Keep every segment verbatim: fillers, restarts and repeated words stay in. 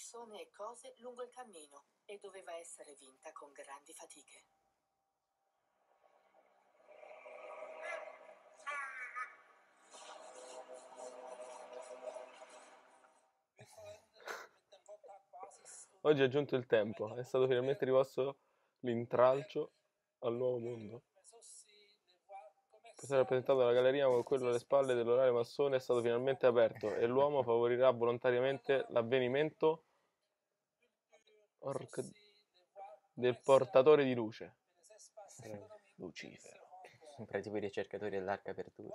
persone e cose lungo il cammino e doveva essere vinta con grandi fatiche. Oggi è giunto il tempo, è stato finalmente rimosso l'intralcio al nuovo mondo. Questo è rappresentato dalla galleria con quello alle spalle dell'orale massone è stato finalmente aperto e l'uomo favorirà volontariamente l'avvenimento orc- del portatore di luce. Eh, Lucifero. Sembra tipo i ricercatori dell'arca perduta.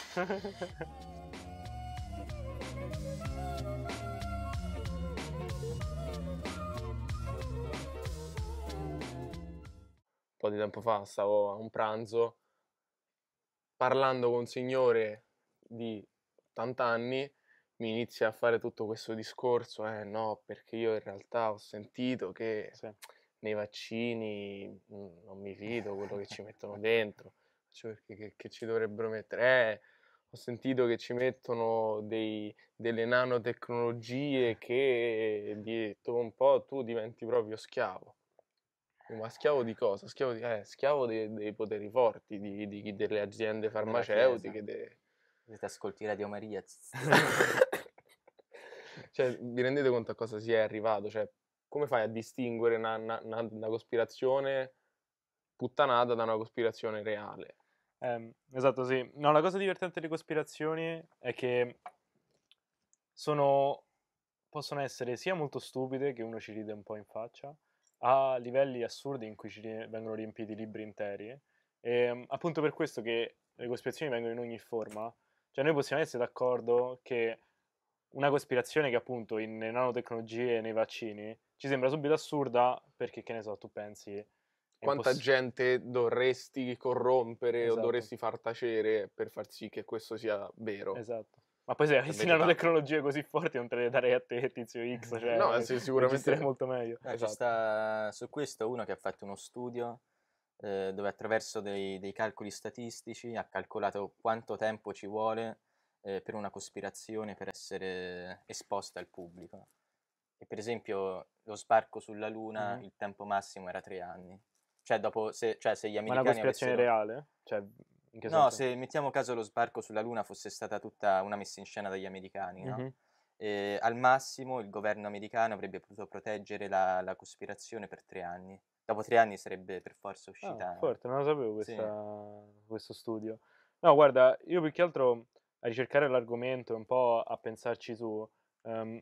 Un po' di tempo fa stavo a un pranzo parlando con un signore di ottanta anni, mi inizia a fare tutto questo discorso, eh no, perché io in realtà ho sentito che Sì. nei vaccini mh, non mi fido quello che ci mettono dentro, cioè perché che, che ci dovrebbero mettere? Eh, ho sentito che ci mettono dei, delle nanotecnologie che di- dopo un po' tu diventi proprio schiavo. Ma schiavo di cosa? Schiavo, di, eh, schiavo dei, dei poteri forti, di, di- delle aziende farmaceutiche. De... Se ti ascolti Radio Maria. Cioè, vi rendete conto a cosa si è arrivato? Cioè, come fai a distinguere una, una- una- una cospirazione puttanata da una cospirazione reale? Eh, esatto, sì. No, la cosa divertente delle cospirazioni è che sono, possono essere sia molto stupide, che uno ci ride un po' in faccia, a livelli assurdi in cui ci rie- vengono riempiti libri interi. E mm, appunto per questo che le cospirazioni vengono in ogni forma. Cioè noi possiamo essere d'accordo che una cospirazione che appunto in nanotecnologie e nei vaccini ci sembra subito assurda perché, che ne so, tu pensi... è Quanta imposs- gente dovresti corrompere o Esatto. dovresti far tacere per far sì che questo sia vero? Esatto. Ma poi se avessi Invece tanto. nanotecnologie così forti non te le darei a te, tizio X, cioè No, sì, le sicuramente- gestirei molto meglio. No, ci Esatto. sta su questo uno che ha fatto uno studio eh, dove attraverso dei, dei calcoli statistici ha calcolato quanto tempo ci vuole eh, per una cospirazione per essere esposta al pubblico. E per esempio lo sbarco sulla Luna, Mhm. il tempo massimo era tre anni. Cioè, dopo, se, cioè, se gli Ma è una americani cospirazione avessero... reale? Cioè, in che No, senso? se mettiamo caso lo sbarco sulla Luna fosse stata tutta una messa in scena dagli americani, no? Mhm. E al massimo il governo americano avrebbe potuto proteggere la, la cospirazione per tre anni. Dopo tre anni sarebbe per forza Ah, uscita. forte, non lo sapevo Sì. questa- questo studio. No, guarda, io più che altro a ricercare l'argomento e un po' a pensarci su... ehm,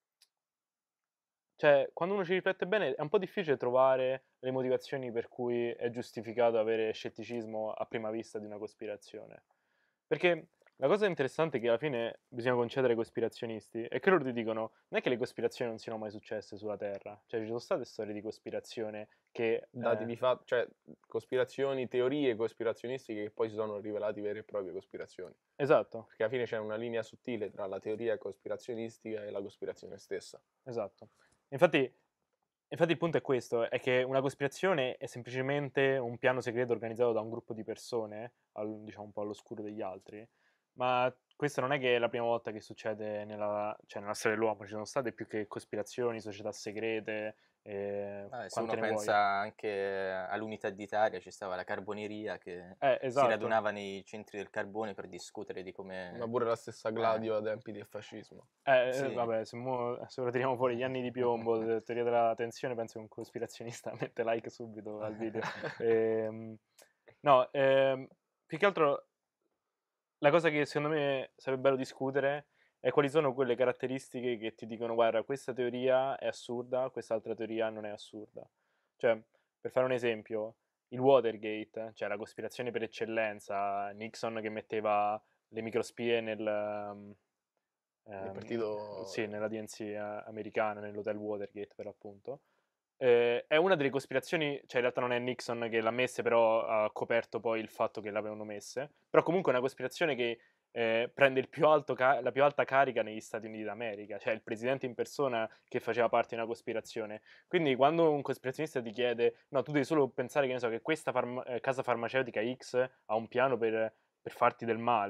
cioè, quando uno ci riflette bene, è un po' difficile trovare le motivazioni per cui è giustificato avere scetticismo a prima vista di una cospirazione. Perché la cosa interessante è che alla fine bisogna concedere ai cospirazionisti è che loro ti dicono non è che le cospirazioni non siano mai successe sulla Terra, cioè ci sono state storie di cospirazione che... Dati eh, di fatto, cioè cospirazioni, teorie cospirazionistiche che poi si sono rivelati vere e proprie cospirazioni. Esatto, Perché alla fine c'è una linea sottile tra la teoria cospirazionistica e la cospirazione stessa. esatto. Infatti, infatti il punto è questo, è che una cospirazione è semplicemente un piano segreto organizzato da un gruppo di persone, al- diciamo un po' all'oscuro degli altri, ma questa non è che è la prima volta che succede nella, cioè nella storia dell'uomo, ci sono state più che cospirazioni, società segrete, eh, Vabbè, se quante uno ne vuoi. pensa anche all'unità d'Italia, ci stava la carboneria che Eh, si esatto. radunava nei centri del carbone per discutere di come... Ma pure la stessa Gladio ai tempi del fascismo. Eh, eh, Sì. vabbè, se, mo- se ora tiriamo fuori gli anni di piombo, de- teoria della tensione, penso che un cospirazionista mette like subito al video. Ehm, no, ehm, più che altro la cosa che secondo me sarebbe bello discutere è quali sono quelle caratteristiche che ti dicono guarda, questa teoria è assurda, quest'altra teoria non è assurda. Cioè, per fare un esempio, il Watergate, cioè la cospirazione per eccellenza, Nixon che metteva le microspie nel... ehm, Il ehm, partito... sì, nella D N C eh, americana, nell'hotel Watergate per l'appunto. Eh, è una delle cospirazioni, cioè in realtà non è Nixon che l'ha messe, però ha coperto poi il fatto che l'avevano messe. Però comunque è una cospirazione che eh, prende il più alto ca- la più alta carica negli Stati Uniti d'America, cioè il presidente in persona che faceva parte di una cospirazione. Quindi quando un cospirazionista ti chiede, no, tu devi solo pensare che ne so, che questa farma- eh, casa farmaceutica X ha un piano per, per farti del male,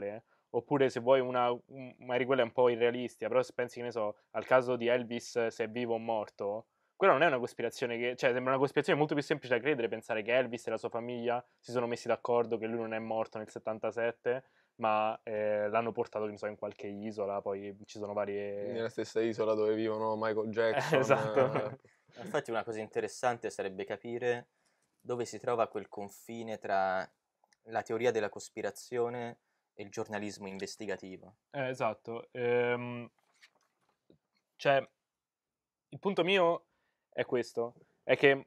oppure se vuoi una, un- magari quella è un po' irrealistica, però se pensi, che ne so, al caso di Elvis, se è vivo o morto, quella non è una cospirazione che, cioè sembra una cospirazione molto più semplice da credere, pensare che Elvis e la sua famiglia si sono messi d'accordo che lui non è morto nel settantasette, ma eh, l'hanno portato, che ne so, in qualche isola, poi ci sono varie... Nella stessa isola dove vivono Michael Jackson. esatto. eh, Infatti una cosa interessante sarebbe capire dove si trova quel confine tra la teoria della cospirazione e il giornalismo investigativo. Eh, esatto. Ehm, cioè, il punto mio è questo, è che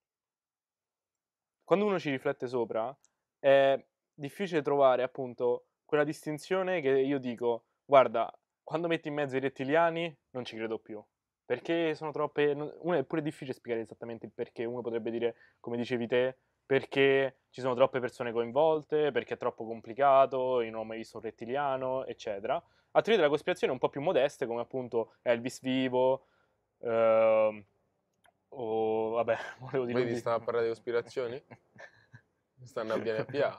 quando uno ci riflette sopra è difficile trovare appunto quella distinzione che io dico, guarda, quando metti in mezzo i rettiliani non ci credo più, perché sono troppe... non- Uno è pure difficile spiegare esattamente il perché, uno potrebbe dire, come dicevi te, perché ci sono troppe persone coinvolte, perché è troppo complicato, io non ho mai visto un rettiliano, eccetera. A teorie della cospirazione un po' più modeste, come appunto Elvis vivo, ehm, o vabbè, volevo dire un Vedi, di... sta a parlare di cospirazioni? Stanno a B N P A.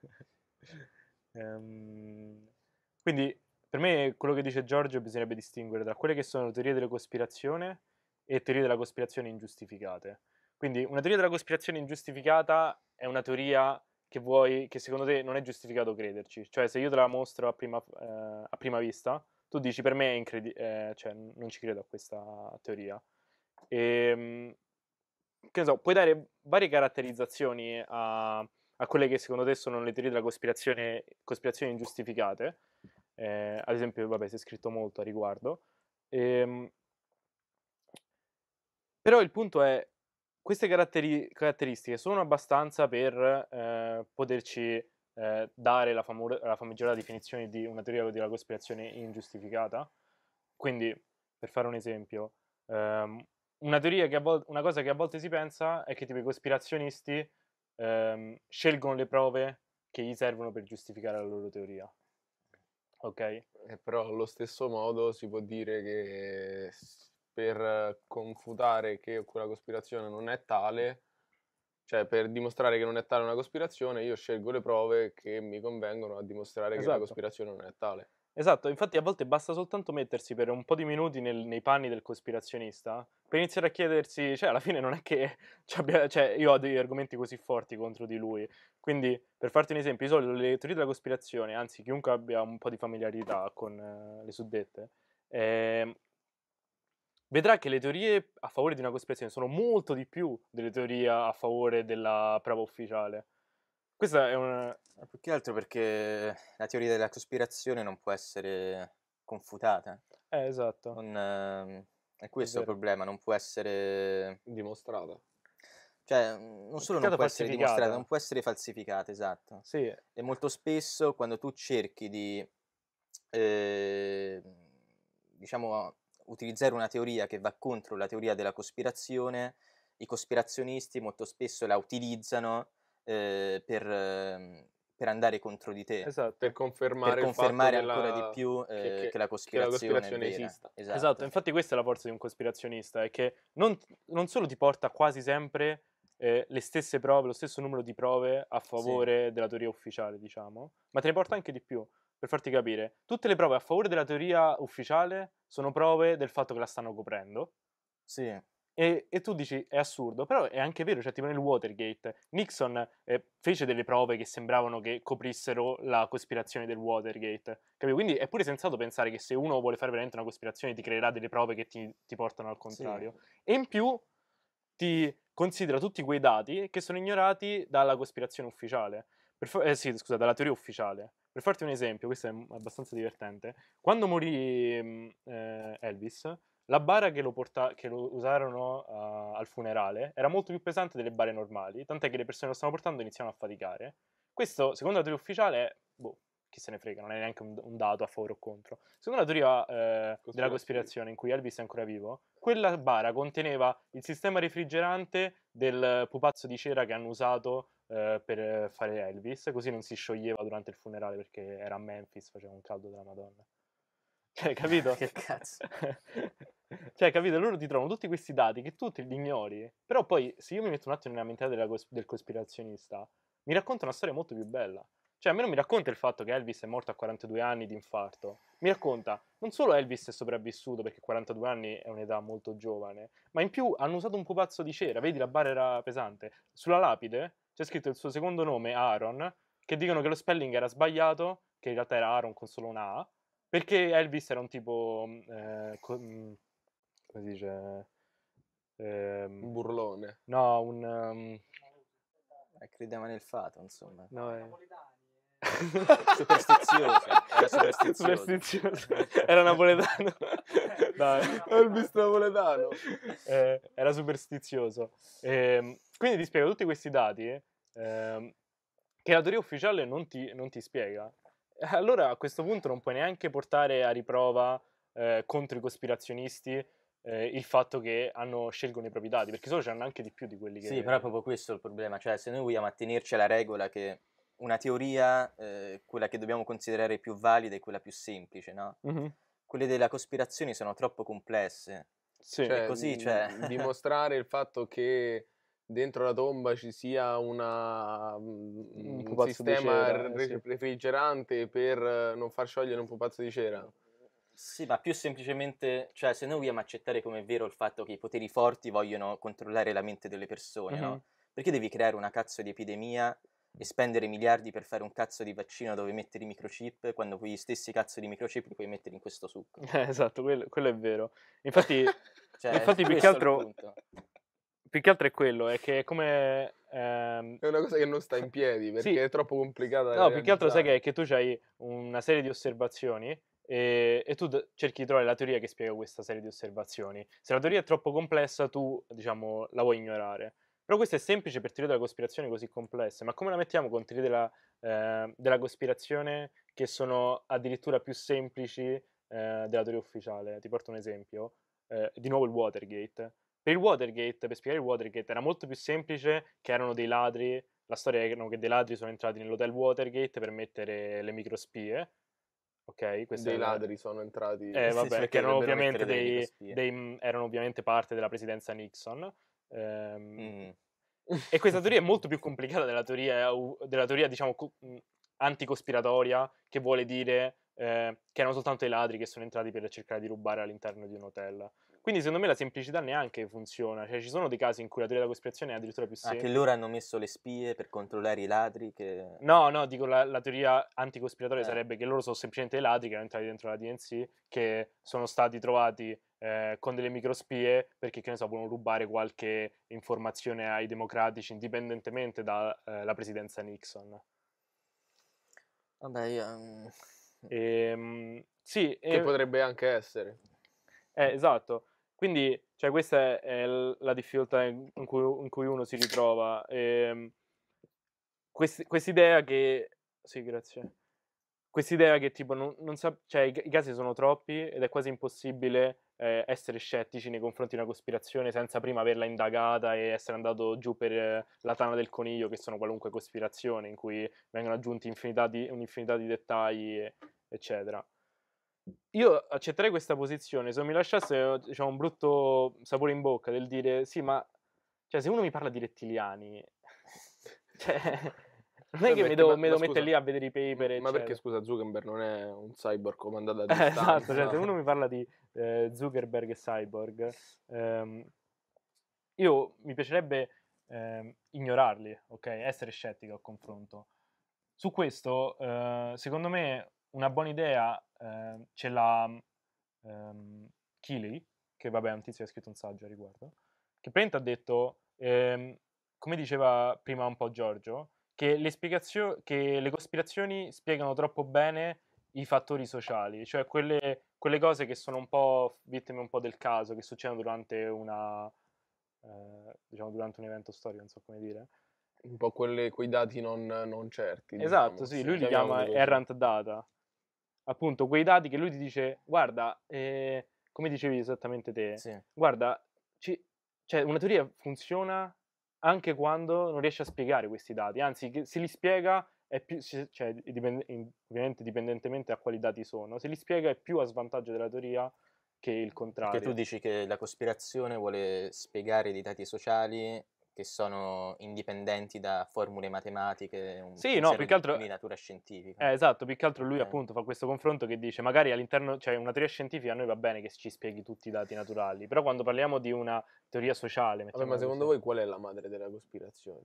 Ehm, quindi per me quello che dice Giorgio bisognerebbe distinguere tra quelle che sono teorie della cospirazione e teorie della cospirazione ingiustificate. Quindi una teoria della cospirazione ingiustificata è una teoria che vuoi, che secondo te non è giustificato crederci. Cioè se io te la mostro a prima, eh, a prima vista, tu dici per me è incredibile, cioè non ci credo a questa teoria. E, che ne so, puoi dare varie caratterizzazioni a, a quelle che secondo te sono le teorie della cospirazione, cospirazioni ingiustificate. Eh, ad esempio, vabbè, si è scritto molto a riguardo. Ehm, però il punto è, queste caratteri- caratteristiche sono abbastanza per eh, poterci eh, dare la, famo- la famigerata definizione di una teoria della cospirazione ingiustificata. Quindi, per fare un esempio, ehm, una teoria che a vol- una cosa che a volte si pensa è che tipo i cospirazionisti ehm, scelgono le prove che gli servono per giustificare la loro teoria. Ok? Eh, però allo stesso modo si può dire che s- per confutare che quella cospirazione non è tale, cioè per dimostrare che non è tale una cospirazione, io scelgo le prove che mi convengono a dimostrare che la Esatto. cospirazione non è tale. Esatto, infatti a volte basta soltanto mettersi per un po' di minuti nel- nei panni del cospirazionista per iniziare a chiedersi, cioè alla fine non è che ci abbia- cioè, io ho degli argomenti così forti contro di lui, quindi per farti un esempio, di solito le teorie della cospirazione, anzi chiunque abbia un po' di familiarità con eh, le suddette, ehm, vedrà che le teorie a favore di una cospirazione sono molto di più delle teorie a favore della prova ufficiale. Questa è una... Ma più che altro perché la teoria della cospirazione non può essere confutata. Eh, esatto, Non, ehm, è è questo il vero. problema, non può essere... Dimostrata. Cioè, mm, non solo Più che non altro può essere dimostrata, falsificata. non può essere falsificata, esatto. Sì, E molto spesso quando tu cerchi di, eh, diciamo, utilizzare una teoria che va contro la teoria della cospirazione, i cospirazionisti molto spesso la utilizzano eh, per, ehm, per andare contro di te, esatto. Per per confermare il fatto confermare che ancora di la, più che, eh, che- che la che la cospirazione è cospirazione vera. esista. Esatto, Esatto. infatti questa è la forza di un cospirazionista, è che non, non solo ti porta quasi sempre eh, le stesse prove, lo stesso numero di prove a favore della teoria ufficiale, diciamo, ma te ne porta anche di più. Per farti capire, tutte le prove a favore della teoria ufficiale sono prove del fatto che la stanno coprendo. Sì, E, e tu dici è assurdo, però è anche vero, cioè tipo nel Watergate, Nixon eh, fece delle prove che sembravano che coprissero la cospirazione del Watergate, capito? Quindi è pure sensato pensare che se uno vuole fare veramente una cospirazione ti creerà delle prove che ti, ti portano al sì. contrario. E in più ti considera tutti quei dati che sono ignorati dalla cospirazione ufficiale. Per fa- eh, sì, scusa, dalla teoria ufficiale. Per farti un esempio, questo è m- abbastanza divertente. Quando morì mh, eh, Elvis, la bara che lo, porta- che lo usarono uh, al funerale era molto più pesante delle bare normali, tant'è che le persone che lo stavano portando iniziano a faticare. Questo, secondo la teoria ufficiale, boh, chi se ne frega, non è neanche un, un dato a favore o contro. Secondo la teoria eh, della cospirazione in cui Elvis è ancora vivo, quella bara conteneva il sistema refrigerante del pupazzo di cera che hanno usato eh, per fare Elvis, così non si scioglieva durante il funerale perché era a Memphis, faceva un caldo della Madonna. Cioè, capito? Che cazzo. Cioè, capito? Loro ti trovano tutti questi dati che tu te li ignori, però poi se io mi metto un attimo nella mentalità della cos- del cospirazionista, mi racconta una storia molto più bella. Cioè, a me non mi racconta il fatto che Elvis è morto a quarantadue anni di infarto. Mi racconta, non solo Elvis è sopravvissuto, perché quarantadue anni è un'età molto giovane, ma in più hanno usato un pupazzo di cera. Vedi, la bara era pesante. Sulla lapide c'è scritto il suo secondo nome, Aaron, che dicono che lo spelling era sbagliato, che in realtà era Aaron con solo una A, perché Elvis era un tipo... eh, co- mm, come si dice? Ehm, Un burlone. no, un... um, Eh, credeva nel fato, insomma. no, è... Superstizioso, era superstizioso. Superstizioso. Era napoletano. Dai. Elvis napoletano. Eh, era superstizioso. Ehm, quindi ti spiega tutti questi dati ehm, che la teoria ufficiale non ti, non ti spiega. Allora a questo punto non puoi neanche portare a riprova eh, contro i cospirazionisti eh, il fatto che hanno, scelgono i propri dati, perché solo c'hanno anche di più di quelli che... Sì, però è proprio questo il problema, cioè se noi vogliamo attenerci alla regola che una teoria, eh, quella che dobbiamo considerare più valida è quella più semplice, no? Mhm. Quelle della cospirazione sono troppo complesse. Sì. Cioè, così, mh, cioè- dimostrare il fatto che dentro la tomba ci sia una, mh, Un un pupazzo di sistema cera, re- sì. refrigerante per eh, non far sciogliere un pupazzo di cera. Sì, ma più semplicemente, cioè se noi vogliamo accettare come vero il fatto che i poteri forti vogliono controllare la mente delle persone, Mhm. no? Perché devi creare una cazzo di epidemia e spendere miliardi per fare un cazzo di vaccino dove mettere i microchip, quando quegli stessi cazzo di microchip li puoi mettere in questo succo? Eh, esatto, quello, quello è vero. Infatti, Cioè, infatti più che questo è il altro... punto. Più che altro è quello, è che è come... ehm, È una cosa che non sta in piedi perché sì. è troppo complicata da No, più che altro sai che, realizzare. che tu hai una serie di osservazioni e, e tu d- cerchi di trovare la teoria che spiega questa serie di osservazioni. Se la teoria è troppo complessa, tu, diciamo, la vuoi ignorare. Però questo è semplice per teorie della cospirazione così complesse. Ma come la mettiamo con teorie della, eh, della cospirazione che sono addirittura più semplici eh, della teoria ufficiale? Ti porto un esempio. Eh, di nuovo il Watergate. Per il Watergate, per spiegare il Watergate, era molto più semplice che erano dei ladri. La storia è che dei ladri sono entrati nell'hotel Watergate per mettere le microspie. Ok, questa Dei è la- ladri sono entrati. eh, Sì, vabbè, perché che erano dovrebbero ovviamente, mettere delle dei, microspie. dei- erano ovviamente parte della presidenza Nixon. Ehm, Mm. E questa teoria è molto più complicata della teoria, u- della teoria diciamo, co- mh, anticospiratoria, che vuole dire eh, che erano soltanto i ladri che sono entrati per cercare di rubare all'interno di un hotel. Quindi secondo me la semplicità neanche funziona. Cioè ci sono dei casi in cui la teoria della cospirazione è addirittura più Ah, che semplice. loro hanno messo le spie per controllare i ladri che... No, no, dico la, la teoria anticospiratoria Eh. sarebbe che loro sono semplicemente i ladri che erano entrati dentro la D N C, che sono stati trovati eh, con delle microspie perché, che ne so, volevano rubare qualche informazione ai democratici indipendentemente dalla presidenza Nixon. Vabbè, io... mm, Ehm, sì, Che e- potrebbe anche essere. eh, esatto. Quindi, cioè, questa è l- la difficoltà in in cui, in cui uno si ritrova. Ehm, quest- quest'idea che... Sì, grazie. Quest'idea che tipo non, non sa, cioè i, i casi sono troppi ed è quasi impossibile eh, essere scettici nei confronti di una cospirazione senza prima averla indagata e essere andato giù per eh, la tana del coniglio, che sono qualunque cospirazione in cui vengono aggiunti infinità di, un'infinità di dettagli, e- eccetera. Io accetterei questa posizione se non mi lasciasse, diciamo, un brutto sapore in bocca del dire sì, ma cioè, se uno mi parla di rettiliani, cioè, non è Cioè, che mi perché- devo, ma- mi ma devo scusa, mettere lì a vedere i paper, Ma eccetera. perché scusa, Zuckerberg non è un cyborg comandato a Eh, distanza? esatto, cioè, se uno mi parla di eh, Zuckerberg e Cyborg, ehm, io mi piacerebbe ehm, ignorarli, ok? Essere scettico al confronto. Su questo, eh, secondo me, una buona idea eh, ce l'ha ehm, Keeley, che vabbè è un tizio che ha scritto un saggio a riguardo, che praticamente ha detto, ehm, come diceva prima un po' Giorgio, che le, spiegazio- che le cospirazioni spiegano troppo bene i fattori sociali, cioè quelle, quelle cose che sono un po' vittime un po' del caso, che succedono durante una, eh, diciamo, durante un evento storico, non so come dire. Un po' quelle, quei dati non, non certi, Esatto, diciamo. sì, lui li Chiamiamoli chiama così. errant data. Appunto, quei dati che lui ti dice, guarda, eh, come dicevi esattamente te, sì. guarda, ci- cioè, una teoria funziona anche quando non riesce a spiegare questi dati, anzi, che se li spiega è più, si- cioè, dipende- in- ovviamente dipendentemente da quali dati sono, se li spiega è più a svantaggio della teoria che il Perché tu contrario. dici che la cospirazione vuole spiegare dei dati sociali che sono indipendenti da formule matematiche, un Sì, no, pensiero più che di, altro... di natura scientifica. Eh, esatto, più che altro lui Ok. appunto fa questo confronto che dice magari all'interno, cioè una teoria scientifica a noi va bene che ci spieghi tutti i dati naturali, però quando parliamo di una teoria sociale, Vabbè, ma mettiamola secondo così, voi qual è la madre delle cospirazioni?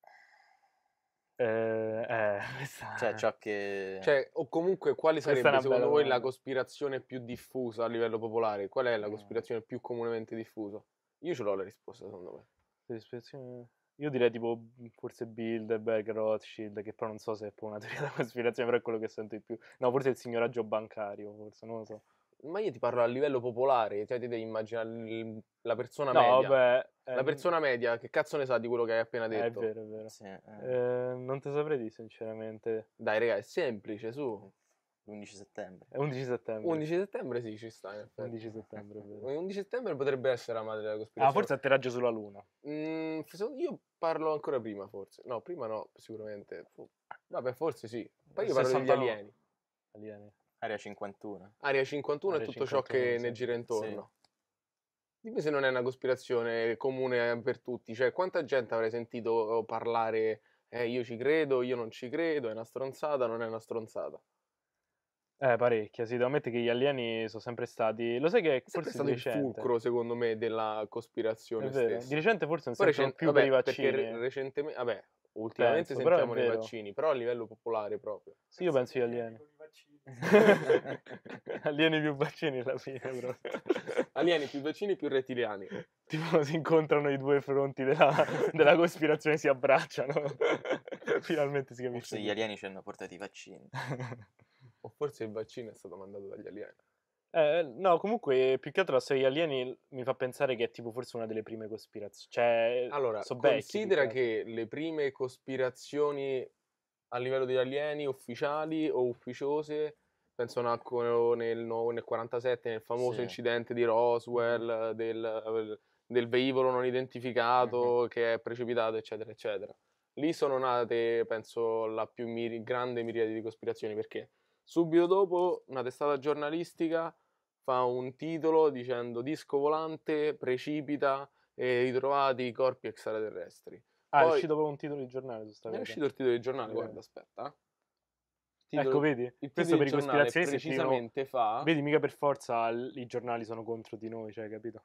eh, eh, questa, Cioè ciò che... Cioè, o comunque quale questa è sarebbe una secondo bella voi la domanda. cospirazione più diffusa a livello popolare? Qual è la Mm. cospirazione più comunemente diffusa? Io ce l'ho la risposta, secondo me. Le ispirazioni- Io direi tipo forse Bilderberg, Rothschild, che però non so se è poi una teoria della cospirazione, però è quello che sento di più. No, forse il signoraggio bancario, forse, non lo so. Ma io ti parlo a livello popolare, cioè ti devi immaginare il- la persona No, media. vabbè, La ehm, persona media, che cazzo ne sa di quello che hai appena è detto? vero, è vero. Sì, eh, Eh, non te saprei dire, sinceramente. Dai, raga, è semplice, su. l'undici settembre. È undici settembre. undici settembre sì, ci sta, in effetti. undici settembre, è vero. undici settembre potrebbe essere la madre della Ah, cospirazione. forse atterraggio sulla Luna. Mm, secondo- io parlo ancora prima, forse. No, prima no, sicuramente. Fu- Vabbè, forse sì. Poi io parlo degli sessantanove. alieni. Alieni. Area cinquantuno. Area cinquantuno Area e tutto ciò cinquantuno, che sì. ne gira Sì. intorno. Dimmi se non è una cospirazione comune per tutti. Cioè, quanta gente avrei sentito parlare, eh, io ci credo, io non ci credo, è una stronzata, non è una stronzata. Eh, parecchia, sì, devo ammettere che gli alieni sono sempre stati... Lo sai che È sempre forse stato di il recente... fulcro, secondo me, della È cospirazione vero, stessa. di recente forse non Poi sentono recen- più per i vabbè, perché vaccini. re- recentemente, vabbè, ultimamente Penso, però è sentiamo nei vero. vaccini, però a livello popolare proprio. Sì, io penso agli alieni. Alieni più vaccini alla fine, proprio. Alieni più vaccini più rettiliani. Tipo si incontrano i due fronti della, della cospirazione, si abbracciano. Finalmente si capisce Forse gli tutto. alieni ci hanno portato i vaccini. O forse il vaccino è stato mandato dagli alieni. Eh, no, comunque, più che altro la storia degli alieni mi fa pensare che è tipo forse una delle prime cospirazioni. Cioè, Allora, so vecchi, considera più che altro. che le prime cospirazioni a livello degli alieni ufficiali o ufficiose, penso nacquero nel, no- nel quarantasette, nel famoso Sì. incidente di Roswell, del, del velivolo non identificato che è precipitato, eccetera, eccetera. Lì sono nate, penso, la più miri- grande miriade di cospirazioni, perché subito dopo una testata giornalistica fa un titolo dicendo disco volante, precipita e ritrovati i corpi extraterrestri. Ah, è Poi uscito proprio un titolo di giornale su sta è cosa. uscito il titolo del giornale, Eh. guarda, aspetta. eh. Il Ecco, titolo- vedi? Il Questo titolo per del i giornale cospirazionisti scrivono- precisamente fa... Vedi, mica per forza l- i giornali sono contro di noi, cioè, capito?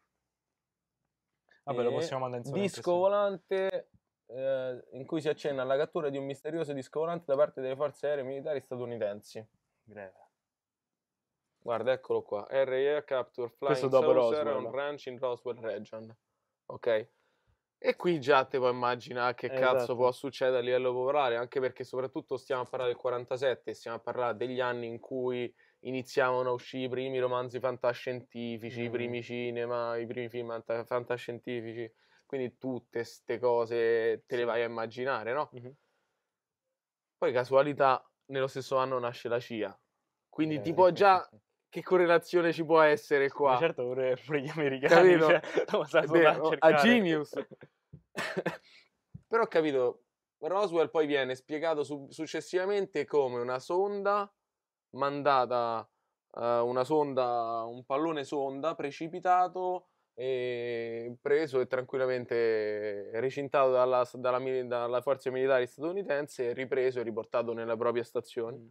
Vabbè, lo eh, possiamo mandare in disco sovraimpressione. volante eh, in cui si accenna alla cattura di un misterioso disco volante da parte delle forze aeree militari statunitensi. Greve. Guarda, eccolo qua. R A A Capture Questo Flying dopo Saucer Roswell. on Ranch in Roswell Region. Ok? E qui già te puoi immaginare che Eh, cazzo esatto. può succedere a livello popolare, anche perché soprattutto stiamo a parlare del quarantasette, stiamo a parlare degli anni in cui iniziavano a uscire i primi romanzi fantascientifici, i Mm. primi cinema, i primi film fanta- fantascientifici, quindi tutte ste cose te le Sì. vai a immaginare, no? Mhm. Poi casualità, nello stesso anno nasce la C I A, quindi Greve. tipo già che correlazione ci può essere Ma qua? certo, pure, pure gli americani, Capito? cioè, lo sa È solo vero, a a cercare. Genius. Però ho capito, Roswell poi viene spiegato su- successivamente come una sonda mandata, eh, una sonda, un pallone sonda precipitato e preso e tranquillamente recintato dalla, dalla, mili- dalla forze militari statunitense e ripreso e riportato nella propria stazione. Mm.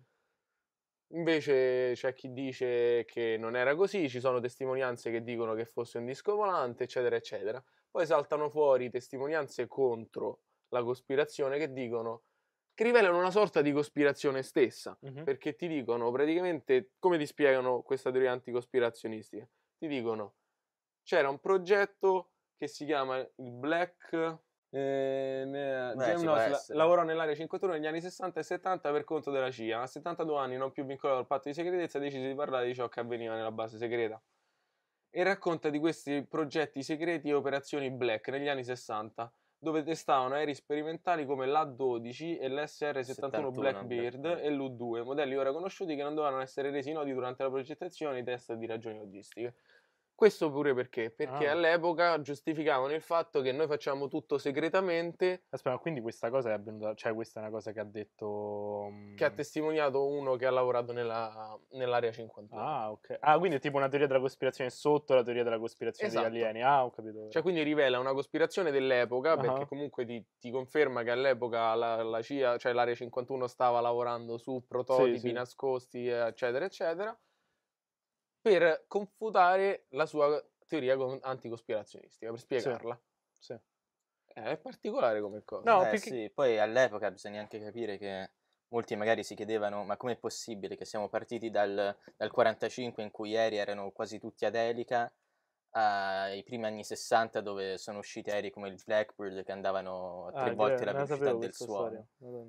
Invece c'è chi dice che non era così, ci sono testimonianze che dicono che fosse un disco volante, eccetera, eccetera. Poi saltano fuori testimonianze contro la cospirazione che dicono, che rivelano una sorta di cospirazione stessa, Mhm. perché ti dicono praticamente, come ti spiegano questa teoria anticospirazionistica? Ti dicono, c'era un progetto che si chiama il Black... Eh, ne- Beh, James ci può Knox la- essere. lavorò nell'area cinquantuno negli anni sessanta e settanta per conto della C I A. A settantadue anni, non più vincolato dal patto di segretezza, decise di parlare di ciò che avveniva nella base segreta. E racconta di questi progetti segreti e operazioni black negli anni sessanta, dove testavano aerei sperimentali come l'A dodici e l'S R settantuno settantuno Blackbird Blackbird. e l'U due, modelli ora conosciuti che non dovevano essere resi noti durante la progettazione e i test di ragioni logistiche. Questo pure perché? Perché Ah. all'epoca giustificavano il fatto che noi facciamo tutto segretamente, Aspetta, ma quindi questa cosa è avvenuta, cioè questa è una cosa che ha detto... che ha mm, testimoniato uno che ha lavorato nella, nell'area cinquantuno. Ah, ok. Ah, quindi è tipo una teoria della cospirazione sotto la teoria della cospirazione degli Esatto. alieni. Ah, ho capito ora. Cioè, quindi rivela una cospirazione dell'epoca, perché Ah, comunque ti, ti conferma che all'epoca la, la C I A, cioè l'area cinquantuno, stava lavorando su sì, prototipi sì. nascosti, eh, eccetera, eccetera, per confutare la sua teoria con- anticospirazionistica, per Sì, spiegarla. sì. Eh, È particolare come cosa. No, Eh più che... sì, poi all'epoca bisogna anche capire che molti magari si chiedevano ma com'è possibile che siamo partiti dal, dal quarantacinque in cui gli aerei erano quasi tutti ad elica ai primi anni sessanta dove sono usciti aerei come il Blackbird che andavano a tre Ah, volte gra- la non la velocità sapevo del questa storia. suono. Madonna.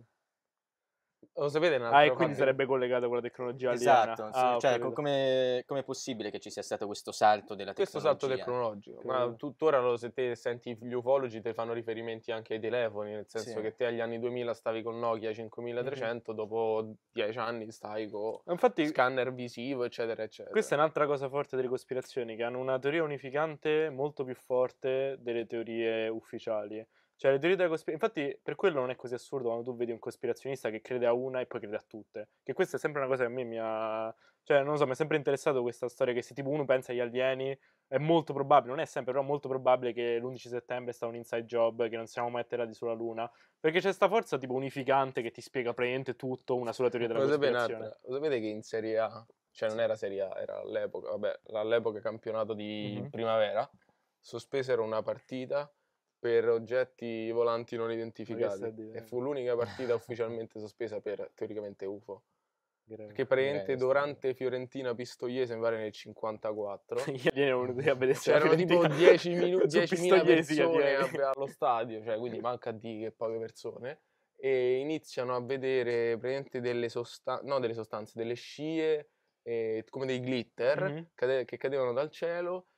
Lo sapete Ah, e un'altra quindi fase? sarebbe collegato con la tecnologia aliena. Esatto, sì, Ah, ho cioè co- capito. come com'è possibile che ci sia stato questo salto della Questo salto tecnologia? tecnologico, ma Capito. tuttora lo- se te senti gli ufologi te fanno riferimenti anche ai telefoni, nel senso Sì. che te agli anni duemila stavi con Nokia cinquemilatrecento, dopo dieci anni stai con Ma Infatti, scanner visivo, eccetera, eccetera. questa è un'altra cosa forte delle cospirazioni, che hanno una teoria unificante molto più forte delle teorie ufficiali. Cioè, le teorie della cospirazione... Infatti, per quello non è così assurdo quando tu vedi un cospirazionista che crede a una e poi crede a tutte. Che questa è sempre una cosa che a me mi ha... Cioè, non lo so, mi è sempre interessato questa storia che se tipo uno pensa agli alieni, è molto probabile, non è sempre, però molto probabile che l'undici settembre sta un inside job, che non siamo mai atterrati sulla Luna. Perché c'è sta forza tipo unificante che ti spiega praticamente tutto, una sola teoria della Lo sapete, cospirazione. un'altra? Lo sapete che in Serie A, cioè non era Serie A, era all'epoca, vabbè, all'epoca campionato di Mhm. primavera, sospesero una partita per oggetti volanti non Ma che identificati stai a e dire? fu l'unica partita ufficialmente sospesa per teoricamente U F O. Greve. Perché praticamente Greve sta cosa. durante Fiorentina Pistoiese, mi pare nel cinquantaquattro, Gli alieni erano venuti a vedersi la c'erano tipo Fiorentina dieci minu- su diecimila Pistoiesi gli persone alieni. a- allo stadio, cioè quindi manca di che poche persone, e iniziano a vedere praticamente delle sostanze, no delle sostanze, delle scie, eh, come dei glitter Mhm. cade- che cadevano dal cielo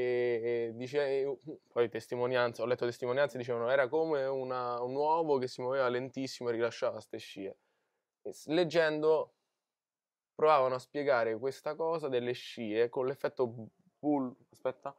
e, e dice, e, poi testimonianze, ho letto testimonianze, dicevano era come una- un uovo che si muoveva lentissimo e rilasciava queste scie. E s- leggendo provavano a spiegare questa cosa delle scie con l'effetto bull... Aspetta,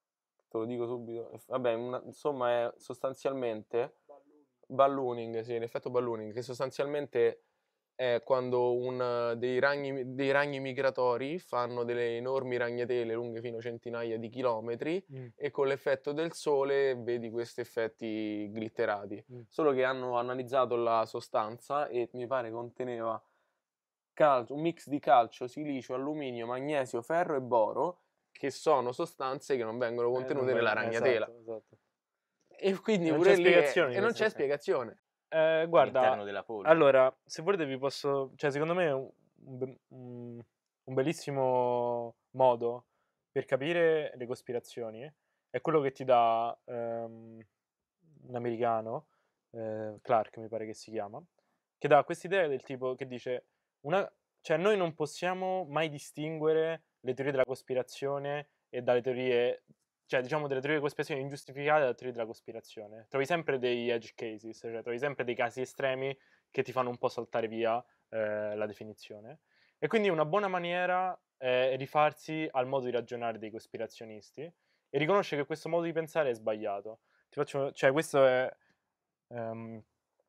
te lo dico subito. Eff- Vabbè, una- insomma è sostanzialmente... Ballooning, sì, l'effetto ballooning, che sostanzialmente è quando un, dei, ragni, dei ragni migratori fanno delle enormi ragnatele lunghe fino a centinaia di chilometri Mm, e con l'effetto del sole vedi questi effetti glitterati. mm. Solo che hanno analizzato la sostanza e mi pare conteneva calcio, un mix di calcio, silicio, alluminio, magnesio, ferro e boro, che sono sostanze che non vengono Eh, non contenute nella vengono- ragnatela. esatto, esatto. E quindi E non pure c'è lì è- spiegazione di e non questa c'è cosa. spiegazione. Eh, guarda, All'interno della polvere. allora, se volete vi posso... Cioè, secondo me è un, un be- un- un bellissimo modo per capire le cospirazioni è quello che ti dà ehm, un americano, eh, Clark mi pare che si chiama, che dà quest'idea del tipo che dice, una, cioè noi non possiamo mai distinguere le teorie della cospirazione e dalle teorie, cioè diciamo delle teorie della cospirazione ingiustificate dalle teorie della cospirazione. Trovi sempre dei edge cases, cioè trovi sempre dei casi estremi che ti fanno un po' saltare via eh, la definizione. E quindi una buona maniera è rifarsi al modo di ragionare dei cospirazionisti e riconoscere che questo modo di pensare è sbagliato. Ti faccio, cioè questo è... ehm,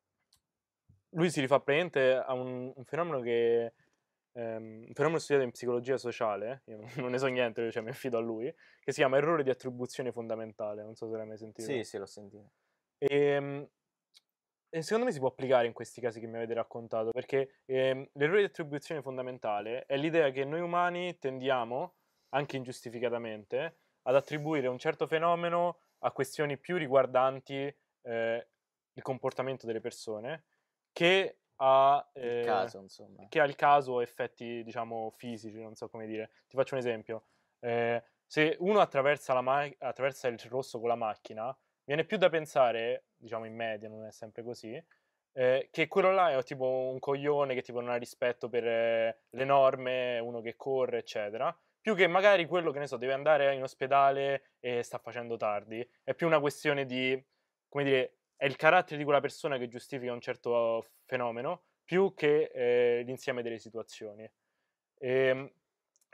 lui si rifà praticamente a un, un fenomeno che ehm, un fenomeno studiato in psicologia sociale, io non, non ne so niente, cioè mi affido a lui, che si chiama errore di attribuzione fondamentale, non so se l'hai mai sentito. Sì, sì, l'ho sentito. E, e secondo me si può applicare in questi casi che mi avete raccontato, perché ehm, l'errore di attribuzione fondamentale è l'idea che noi umani tendiamo, anche ingiustificatamente, ad attribuire un certo fenomeno a questioni più riguardanti eh, il comportamento delle persone che a, Il eh, caso, insomma. che al caso effetti, diciamo, fisici, non so come dire. Ti faccio un esempio. Eh, se uno attraversa, la ma- attraversa il rosso con la macchina, viene più da pensare, diciamo in media, non è sempre così, eh, che quello là è tipo un coglione che tipo non ha rispetto per eh, le norme, uno che corre, eccetera. Più che magari quello che ne so, deve andare in ospedale e sta facendo tardi. È più una questione di, come dire, è il carattere di quella persona che giustifica un certo fenomeno più che eh, l'insieme delle situazioni. E,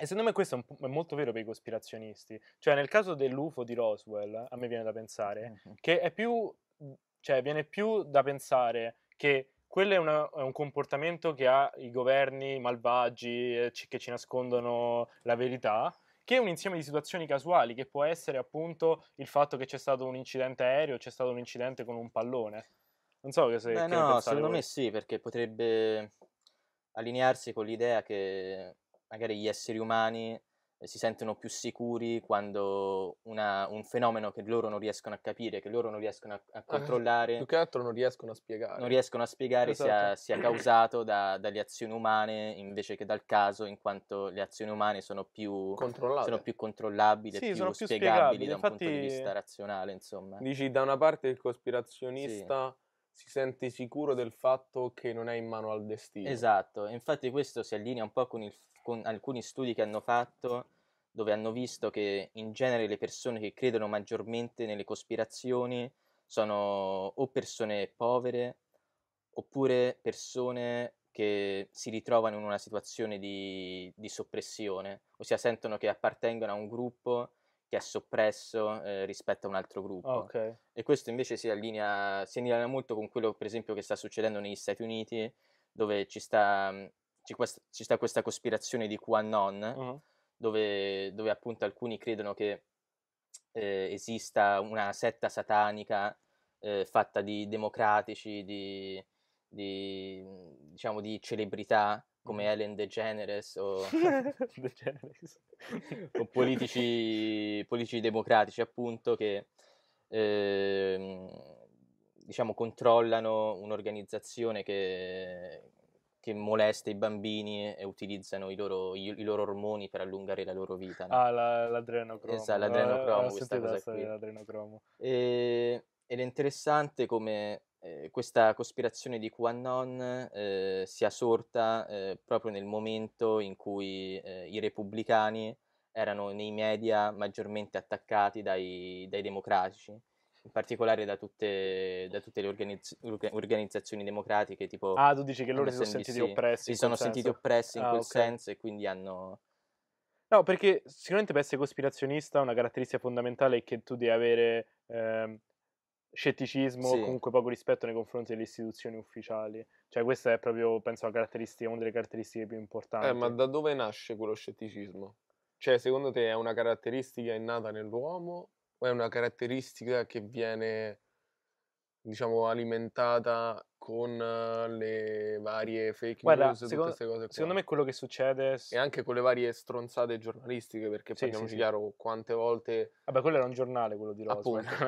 E secondo me questo è, un po', è molto vero per i cospirazionisti. Cioè, nel caso dell'U F O di Roswell, a me viene da pensare Mhm. che è più, cioè, viene più da pensare che quello è, una- è un comportamento che ha i governi malvagi eh, ci- che ci nascondono la verità, che è un insieme di situazioni casuali, che può essere appunto il fatto che c'è stato un incidente aereo, c'è stato un incidente con un pallone. Non so che, se, Beh, che ne no, pensate secondo voi. me sì, perché potrebbe allinearsi con l'idea che magari gli esseri umani eh, si sentono più sicuri quando una- un fenomeno che loro non riescono a capire, che loro non riescono a, a Eh, controllare, più che altro non riescono a non spiegare. riescono a spiegare sia, Esatto. sia causato da- dalle azioni umane invece che dal caso, in quanto le azioni umane sono più, sono Controllate. più controllabili e Sì, più sono più spiegabili spiegabili. da un punto di Infatti, vista razionale, insomma. Dici, da una parte il Sì. cospirazionista si sente sicuro del fatto che non è in mano al destino. Esatto, e infatti questo si allinea un po' con, il- con alcuni studi che hanno fatto, dove hanno visto che in genere le persone che credono maggiormente nelle cospirazioni sono o persone povere oppure persone che si ritrovano in una situazione di, di soppressione, ossia sentono che appartengono a un gruppo che è soppresso eh, rispetto a un altro ah, gruppo. ok. E questo invece si allinea, si allinea molto con quello, per esempio, che sta succedendo negli Stati Uniti, dove ci sta, mh, ci quest- ci sta questa cospirazione di QAnon, Mhm. dove, dove appunto alcuni credono che eh, esista una setta satanica eh, fatta di democratici, di, di, mh, diciamo, di celebrità come Mhm. Ellen DeGeneres o, The Generis. o politici, politici democratici, appunto, che ehm, diciamo controllano un'organizzazione che, che molesta i bambini e utilizzano i loro, i, i loro ormoni per allungare la loro vita, no? Ah, la- l'adrenocromo. Esatto, Eh, ho l'adrenocromo, questa sentito la cosa storia qui. dell'adrenocromo. E- ed è interessante come eh, questa cospirazione di QAnon eh, sia sorta eh, proprio nel momento in cui eh, i repubblicani erano nei media maggiormente attaccati dai, dai democratici, in particolare da tutte, da tutte le organizz- orga- organizzazioni democratiche tipo Ah, tu dici che loro si sono sentiti M S N B C. oppressi Si in quel sono sentiti senso. oppressi in Ah, quel ok. senso e quindi hanno... No, perché sicuramente per essere cospirazionista una caratteristica fondamentale è che tu devi avere ehm, scetticismo o Sì, comunque poco rispetto nei confronti delle istituzioni ufficiali. Cioè questa è proprio, penso, la caratteristica, una delle caratteristiche più Eh, importanti. ma da dove nasce quello scetticismo? Cioè, secondo te è una caratteristica innata nell'uomo o è una caratteristica che viene, diciamo, alimentata con eh, le varie fake Guarda, news, tutte secondo, queste cose secondo qua? me quello che succede... E anche con le varie stronzate giornalistiche, perché Sì, sì, parliamoci sì. chiaro, quante volte, Vabbè, quello era un giornale, quello di Roswell. appunto,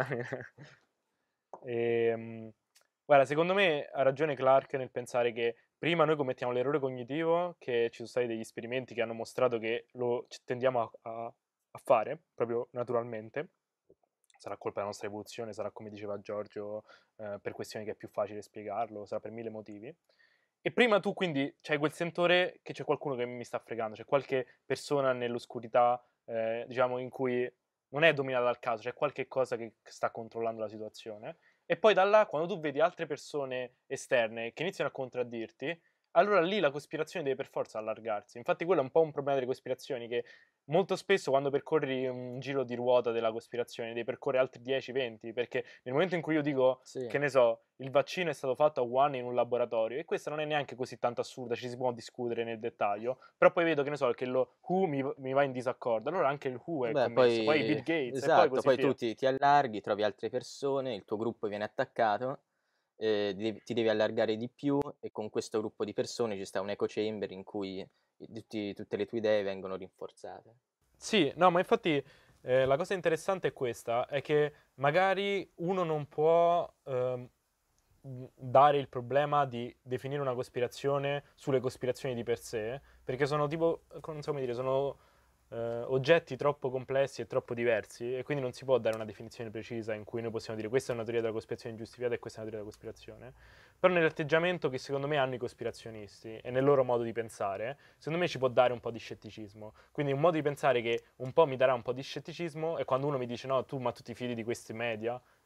Ehm, guarda, secondo me ha ragione Clark nel pensare che prima noi commettiamo l'errore cognitivo, che ci sono stati degli esperimenti che hanno mostrato che lo ci tendiamo a, a- a fare proprio naturalmente. Sarà colpa della nostra evoluzione, sarà come diceva Giorgio, eh, per questioni che è più facile spiegarlo, sarà per mille motivi. E prima tu quindi c'hai quel sentore che c'è qualcuno che mi sta fregando, c'è qualche persona nell'oscurità, eh, diciamo, in cui non è dominata dal caso, c'è qualche cosa che sta controllando la situazione. E poi da là, quando tu vedi altre persone esterne che iniziano a contraddirti, allora lì la cospirazione deve per forza allargarsi. Infatti quello è un po' un problema delle cospirazioni, che molto spesso quando percorri un giro di ruota della cospirazione devi percorrere altri dieci venti, perché nel momento in cui io dico, sì. che ne so, il vaccino è stato fatto a Wuhan in un laboratorio, e questa non è neanche così tanto assurda, ci si può discutere nel dettaglio, però poi vedo, che ne so, che lo W H O mi, mi va in disaccordo, allora anche il W H O è Vabbè, commesso, poi Bill poi Gates e poi esatto, così poi tu via. ti, ti allarghi, trovi altre persone, il tuo gruppo viene attaccato, eh, devi- ti devi allargare di più e con questo gruppo di persone ci sta un echo chamber in cui i- tutti- tutte le tue idee vengono rinforzate. Sì, no, ma infatti eh, la cosa interessante è questa, è che magari uno non può ehm, mh, dare il problema di definire una cospirazione sulle cospirazioni di per sé, perché sono tipo, non so come dire, sono eh, oggetti troppo complessi e troppo diversi, e quindi non si può dare una definizione precisa in cui noi possiamo dire questa è una teoria della cospirazione giustificata e questa è una teoria della cospirazione. Però nell'atteggiamento che secondo me hanno i cospirazionisti e nel loro modo di pensare, secondo me ci può dare un po' di scetticismo. Quindi un modo di pensare che un po' mi darà un po' di scetticismo è quando uno mi dice no, tu ma tu ti fidi di questi media?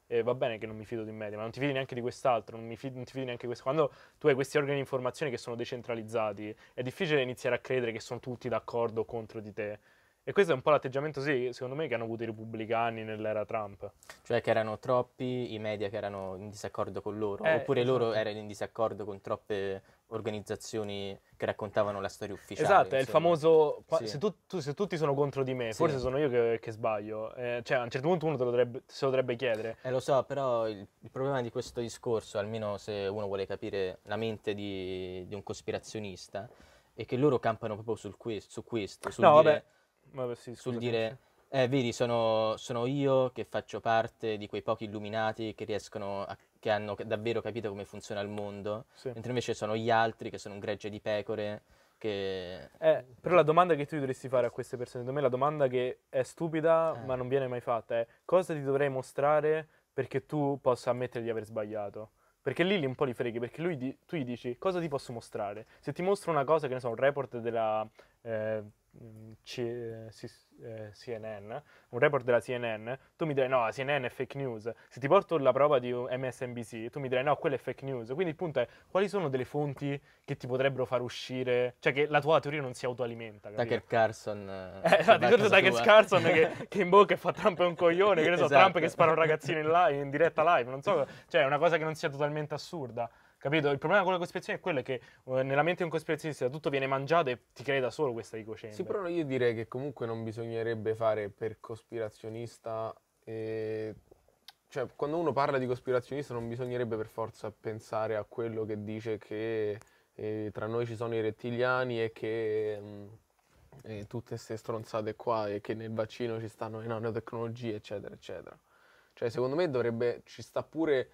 e va bene che non mi fido di media, ma non ti fidi neanche di quest'altro, non, mi fidi, non ti fidi neanche di questo. Quando tu hai questi organi di informazione che sono decentralizzati, è difficile iniziare a credere che sono tutti d'accordo contro di te. E questo è un po' l'atteggiamento, sì, secondo me, che hanno avuto i repubblicani nell'era Trump. Cioè che erano troppi i media che erano in disaccordo con loro, Eh, oppure loro esatto. erano in disaccordo con troppe organizzazioni che raccontavano la storia ufficiale. Esatto, è il insomma. famoso, qua- Sì. se, tu- tu- se tutti sono contro di me, Sì. forse sono io che, che sbaglio. Eh, cioè, a un certo punto uno te lo dovrebbe- se lo dovrebbe chiedere. Eh, lo so, però il, il problema di questo discorso, almeno se uno vuole capire la mente di, di un cospirazionista, è che loro campano proprio sul que- su questo, sul No, dire, vabbè. Vabbè, sì, sul scusa, dire eh, vedi, sono, sono io che faccio parte di quei pochi illuminati che riescono a, che hanno davvero capito come funziona il mondo, sì. mentre invece sono gli altri che sono un gregge di pecore che... Eh, però la domanda che tu dovresti fare a queste persone, secondo me la domanda che è stupida Eh. ma non viene mai fatta è cosa ti dovrei mostrare perché tu possa ammettere di aver sbagliato? Perché lì, lì un po' li freghi, perché lui di- tu gli dici cosa ti posso mostrare? Se ti mostro una cosa, che ne so, un report della eh, mm, C- eh, sì- eh, C N N, un report della C N N, tu mi dirai no, la C N N è fake news. Se ti porto la prova di un M S N B C, tu mi dirai no, quella è fake news. Quindi il punto è quali sono delle fonti che ti potrebbero far uscire, cioè che la tua teoria non si autoalimenta, capito? Tucker Carlson... Eh, che esatto, va a ricordo casa Tucker tua. Carlson che, che in bocca e fa Trump è un coglione, che ne so, Esatto. Trump che spara un ragazzino in, live, in diretta live, non so, cioè è una cosa che non sia totalmente assurda, capito? Il problema con la cospirazione è quello che eh, nella mente di un cospirazionista tutto viene mangiato e ti crei da solo questa ecocembe. Sì, però io direi che comunque non bisognerebbe fare per cospirazionista, eh, cioè quando uno parla di cospirazionista non bisognerebbe per forza pensare a quello che dice che eh, tra noi ci sono i rettiliani e che mh, eh, tutte queste stronzate qua e che nel vaccino ci stanno le nanotecnologie, eccetera, eccetera. Cioè secondo me dovrebbe, ci sta pure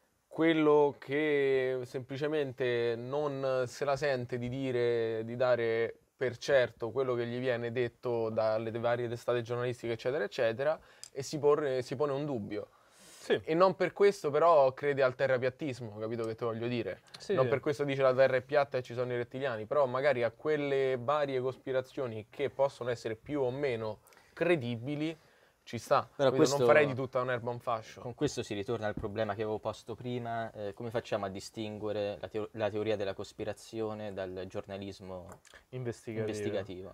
quello che semplicemente non se la sente di dire, di dare per certo quello che gli viene detto dalle varie testate giornalistiche, eccetera, eccetera, e si pone, si pone un dubbio. Sì. E non per questo però crede al terrapiattismo, capito che ti voglio dire? Sì, Non sì. per questo dice la terra è piatta e ci sono i rettiliani, però magari a quelle varie cospirazioni che possono essere più o meno credibili ci sta. Però Capito? questo- Non farei di tutta un'erba un fascio. Con questo si ritorna al problema che avevo posto prima, eh, come facciamo a distinguere la, teo- la teoria della cospirazione dal giornalismo Investigativo. investigativo?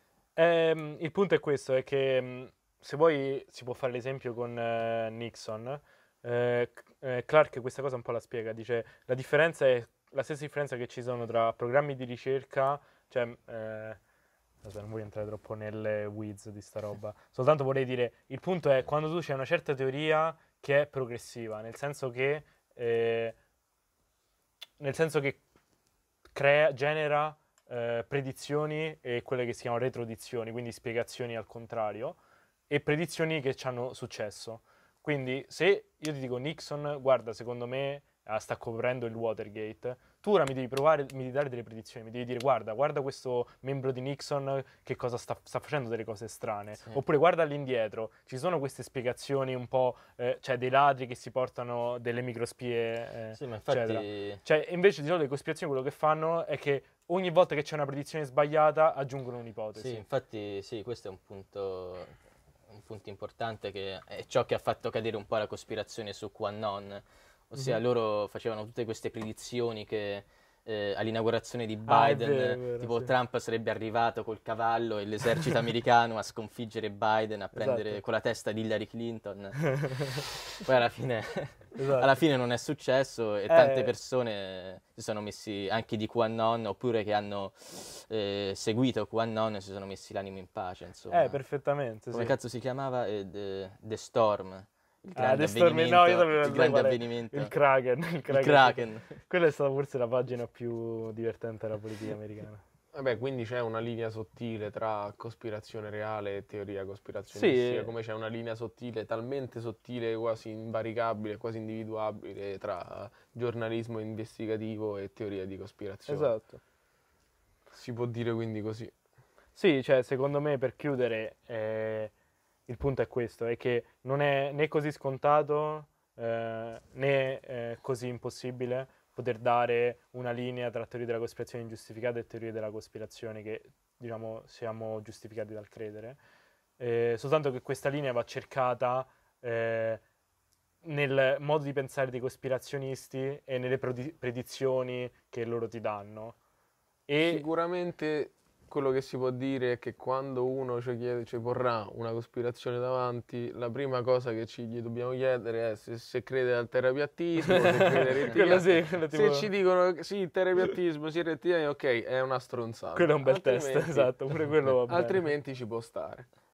Ehm, il punto è questo, è che mh, se vuoi si può fare l'esempio con eh, Nixon. Eh, C- eh, Clark questa cosa un po' la spiega, dice la differenza è la stessa differenza che ci sono tra programmi di ricerca, cioè eh, aspetta, non voglio entrare troppo nelle weeds di sta roba, soltanto vorrei dire, il punto è quando tu c'è una certa teoria che è progressiva, nel senso che eh, nel senso che crea, genera eh, predizioni e quelle che si chiamano retrodizioni, quindi spiegazioni al contrario, e predizioni che ci hanno successo. Quindi se io ti dico Nixon, guarda, secondo me ah, sta coprendo il Watergate, tu ora mi devi provare, mi devi dare delle predizioni, mi devi dire guarda, guarda questo membro di Nixon che cosa sta, sta facendo delle cose strane, Sì. oppure guarda all'indietro, ci sono queste spiegazioni un po', eh, cioè dei ladri che si portano delle microspie, eh, Sì, ma eccetera. infatti Cioè, invece di solito le cospirazioni quello che fanno è che ogni volta che c'è una predizione sbagliata aggiungono un'ipotesi. Sì, infatti sì, questo è un punto, un punto importante che è ciò che ha fatto cadere un po' la cospirazione su QAnon, ossia Mhm. loro facevano tutte queste predizioni che eh, all'inaugurazione di Ah, è Biden, vero, è vero, tipo sì. Trump sarebbe arrivato col cavallo e l'esercito americano a sconfiggere Biden, a prendere Esatto. con la testa di Hillary Clinton. Poi alla fine, Esatto. alla fine non è successo e tante Eh. persone si sono messi, anche di QAnon, oppure che hanno eh, seguito QAnon, si sono messi l'animo in pace, insomma. Eh, perfettamente, Come sì. cazzo si chiamava? Eh, The, The Storm, il Ah, grande The Storm, no, avvenimento, io sapevo il sai grande qual è? avvenimento, Il Kraken. Il il Kraken. Kraken. Quella è stata forse la pagina più divertente della politica americana. Vabbè, quindi c'è una linea sottile tra cospirazione reale e teoria cospirazionistica, Sì. come c'è una linea sottile, talmente sottile, quasi invaricabile, quasi individuabile tra giornalismo investigativo e teoria di cospirazione. Esatto. Si può dire quindi così. Sì, cioè, secondo me, per chiudere, eh, il punto è questo, è che non è né così scontato eh, né eh, così impossibile poter dare una linea tra teorie della cospirazione ingiustificate e teorie della cospirazione che, diciamo, siamo giustificati dal credere. Eh, soltanto che questa linea va cercata eh, nel modo di pensare dei cospirazionisti e nelle prodi- predizioni che loro ti danno. E Sicuramente quello che si può dire è che quando uno ci, chiede, ci porrà una cospirazione davanti, la prima cosa che ci gli dobbiamo chiedere è se, se crede al terapiattismo, se crede ai quello rettiliani. sì, quello Se tipo- ci dicono che sì, terapiattismo, sì, rettiliani, ok, è una stronzata. quello è un bel test, Altrimenti- esatto, pure quello va bene. Altrimenti ci può stare.